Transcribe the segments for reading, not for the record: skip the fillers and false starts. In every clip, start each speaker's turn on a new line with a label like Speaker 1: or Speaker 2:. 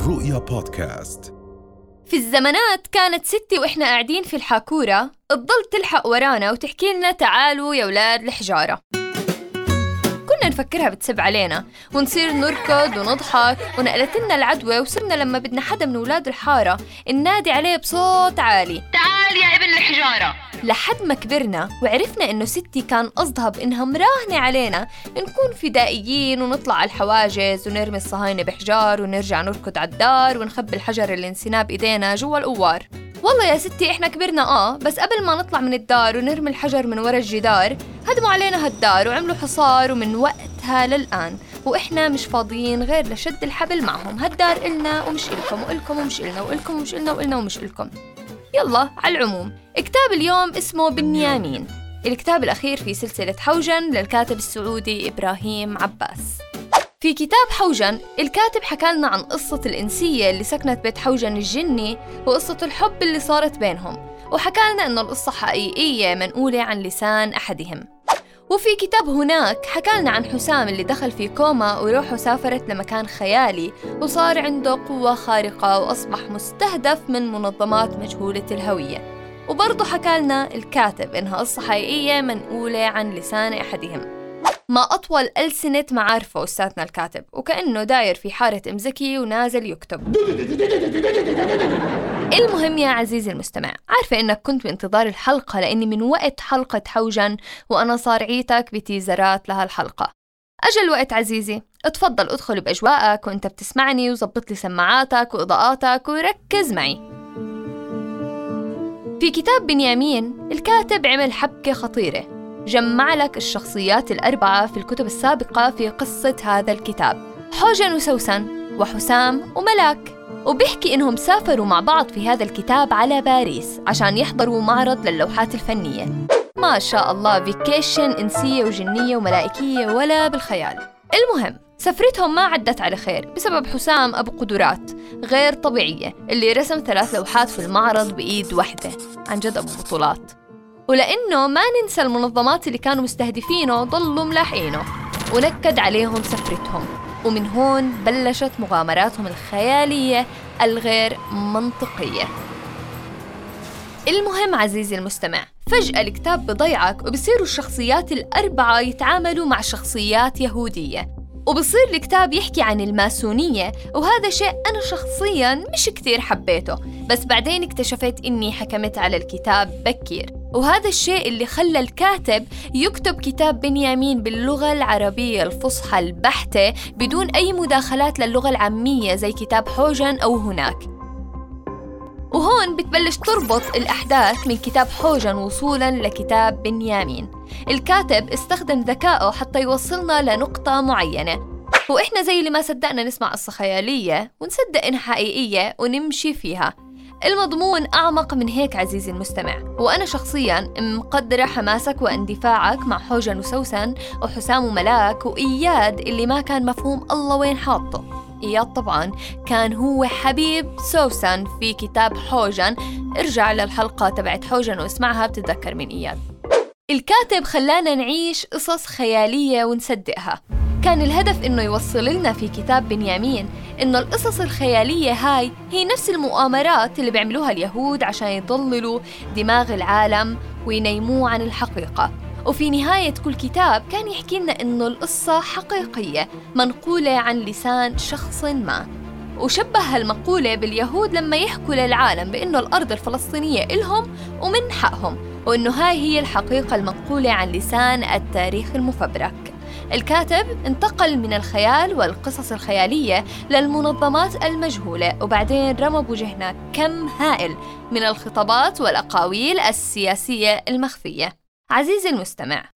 Speaker 1: الرؤيا بودكاست.
Speaker 2: في الزمانات كانت ستي وإحنا قاعدين في الحاكورة تضل تلحق ورانا وتحكي لنا تعالوا يا ولاد الحجارة. كنا نفكرها بتسب علينا ونصير نركض ونضحك، ونقلت لنا العدوى وصرنا لما بدنا حدا من ولاد الحارة ننادي عليه بصوت عالي تعال يا ابن الحجارة، لحد ما كبرنا وعرفنا إنه ستي كان قصدها بإنها مراهنة علينا نكون فدائيين ونطلع على الحواجز ونرمي الصهاينة بحجار ونرجع نركض على الدار ونخبي الحجر اللي نسيناه بإيدينا جوا القوار. والله يا ستي إحنا كبرنا بس قبل ما نطلع من الدار ونرمي الحجر من ورا الجدار هدموا علينا هالدار وعملوا حصار، ومن وقتها للآن وإحنا مش فاضيين غير لشد الحبل معهم. هالدار إلنا ومش إلكم، وإلكم ومش إلنا، وإلكم ومش إلنا، وإلنا ومش إلكم. يلا على العموم، كتاب اليوم اسمه بنيامين، الكتاب الأخير في سلسلة حوجن للكاتب السعودي إبراهيم عباس. في كتاب حوجن الكاتب حكى لنا عن قصة الإنسية اللي سكنت بيت حوجن الجني وقصة الحب اللي صارت بينهم، وحكى لنا إنه القصة حقيقية منقولة عن لسان أحدهم. وفي كتاب هناك حكى لنا عن حسام اللي دخل في كوما وروحه سافرت لمكان خيالي وصار عنده قوة خارقة وأصبح مستهدف من منظمات مجهولة الهوية. وبرضه حكى لنا الكاتب إنها قصة حقيقية منقولة عن لسان أحدهم. ما أطول ألسنة معارفه أستاذنا الكاتب، وكأنه داير في حارة أمزكي ونازل يكتب. المهم يا عزيزي المستمع، عارفة إنك كنت بانتظار الحلقة لأني من وقت حلقة حوجن وأنا صارعيتك بتيزرات لها الحلقة. أجل وقت عزيزي، اتفضل ادخل بأجواءك وانت بتسمعني وزبط لي سماعاتك وإضاءاتك وركز معي. في كتاب بنيامين الكاتب عمل حبكة خطيرة، جمع لك الشخصيات الأربعة في الكتب السابقة في قصة هذا الكتاب، حوجن وسوسن وحسام وملاك، وبيحكي إنهم سافروا مع بعض في هذا الكتاب على باريس عشان يحضروا معرض للوحات الفنية. ما شاء الله، فيكيشن إنسية وجنية وملائكية ولا بالخيال. المهم سفرتهم ما عدت على خير بسبب حسام أبو قدرات غير طبيعية اللي رسم 3 لوحات في المعرض بإيد واحدة، عن جد أبو بطولات. ولأنه ما ننسى المنظمات اللي كانوا مستهدفينه ضلوا ملاحقينه ونكد عليهم سفرتهم، ومن هون بلشت مغامراتهم الخيالية الغير منطقية. المهم عزيزي المستمع، فجأة الكتاب بضيعك وبصيروا الشخصيات الأربعة يتعاملوا مع شخصيات يهودية، وبصير الكتاب يحكي عن الماسونية، وهذا شيء أنا شخصياً مش كتير حبيته، بس بعدين اكتشفت إني حكمت على الكتاب بكير، وهذا الشيء اللي خلى الكاتب يكتب كتاب بنيامين باللغة العربية الفصحى البحتة بدون أي مداخلات للغة العامية زي كتاب حوجن أو هناك. وهون بتبلش تربط الأحداث من كتاب حوجن وصولاً لكتاب بنيامين. الكاتب استخدم ذكائه حتى يوصلنا لنقطة معينة، وإحنا زي اللي ما صدقنا نسمع قصة خيالية ونصدق إنها حقيقية ونمشي فيها. المضمون أعمق من هيك عزيزي المستمع، وأنا شخصياً مقدرة حماسك واندفاعك مع حوجن وسوسن وحسام وملاك وإياد اللي ما كان مفهوم الله وين حاطه. إياد طبعاً كان هو حبيب سوسن في كتاب حوجن، ارجع للحلقة تبعت حوجن واسمعها بتتذكر من إياد. الكاتب خلانا نعيش قصص خيالية ونصدقها. كان الهدف إنه يوصل لنا في كتاب بنيامين إنه القصص الخيالية هاي هي نفس المؤامرات اللي بيعملوها اليهود عشان يضللوا دماغ العالم وينيموه عن الحقيقة. وفي نهاية كل كتاب كان يحكي لنا إنه القصة حقيقية منقولة عن لسان شخص ما، وشبه هالمقولة باليهود لما يحكوا للعالم بإنه الأرض الفلسطينية إلهم ومن حقهم، وإنه هاي هي الحقيقة المنقولة عن لسان التاريخ المفبرك. الكاتب انتقل من الخيال والقصص الخيالية للمنظمات المجهولة، وبعدين رمى بوجهنا كم هائل من الخطابات والأقاويل السياسية المخفية. عزيزي المستمع،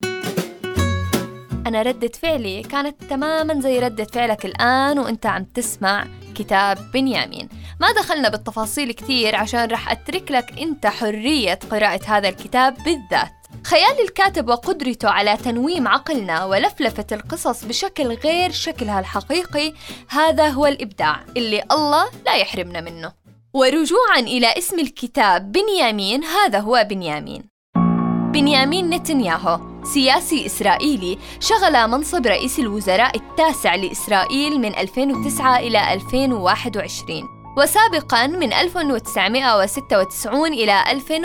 Speaker 2: أنا ردة فعلي كانت تماماً زي ردة فعلك الآن وإنت عم تسمع كتاب بنيامين. ما دخلنا بالتفاصيل كتير عشان رح أترك لك إنت حرية قراءة هذا الكتاب بالذات. خيال الكاتب وقدرته على تنويم عقلنا ولفلفة القصص بشكل غير شكلها الحقيقي، هذا هو الإبداع اللي الله لا يحرمنا منه. ورجوعاً إلى اسم الكتاب بنيامين، هذا هو بنيامين نتنياهو، سياسي إسرائيلي شغل منصب رئيس الوزراء التاسع لإسرائيل من 2009 إلى 2021، وسابقاً من 1996 إلى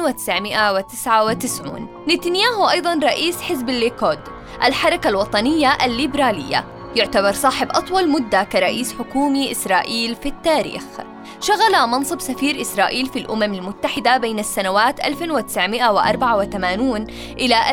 Speaker 2: 1999. نتنياهو أيضاً رئيس حزب الليكود، الحركة الوطنية الليبرالية، يعتبر صاحب أطول مدة كرئيس حكومي إسرائيل في التاريخ. شغل منصب سفير إسرائيل في الأمم المتحدة بين السنوات 1984 إلى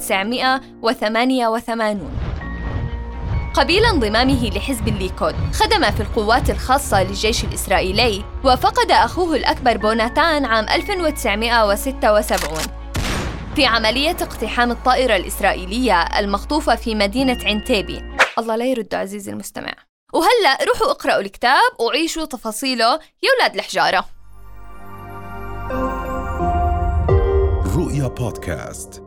Speaker 2: 1988. قبيل انضمامه لحزب الليكود خدم في القوات الخاصة للجيش الإسرائيلي، وفقد أخوه الأكبر بوناتان عام 1976 في عملية اقتحام الطائرة الإسرائيلية المخطوفة في مدينة عنتيبي. الله لا يرد عزيزي المستمع. وهلأ روحوا اقرأوا الكتاب وعيشوا تفاصيله يا ولاد الحجارة.
Speaker 1: رؤيا بودكاست.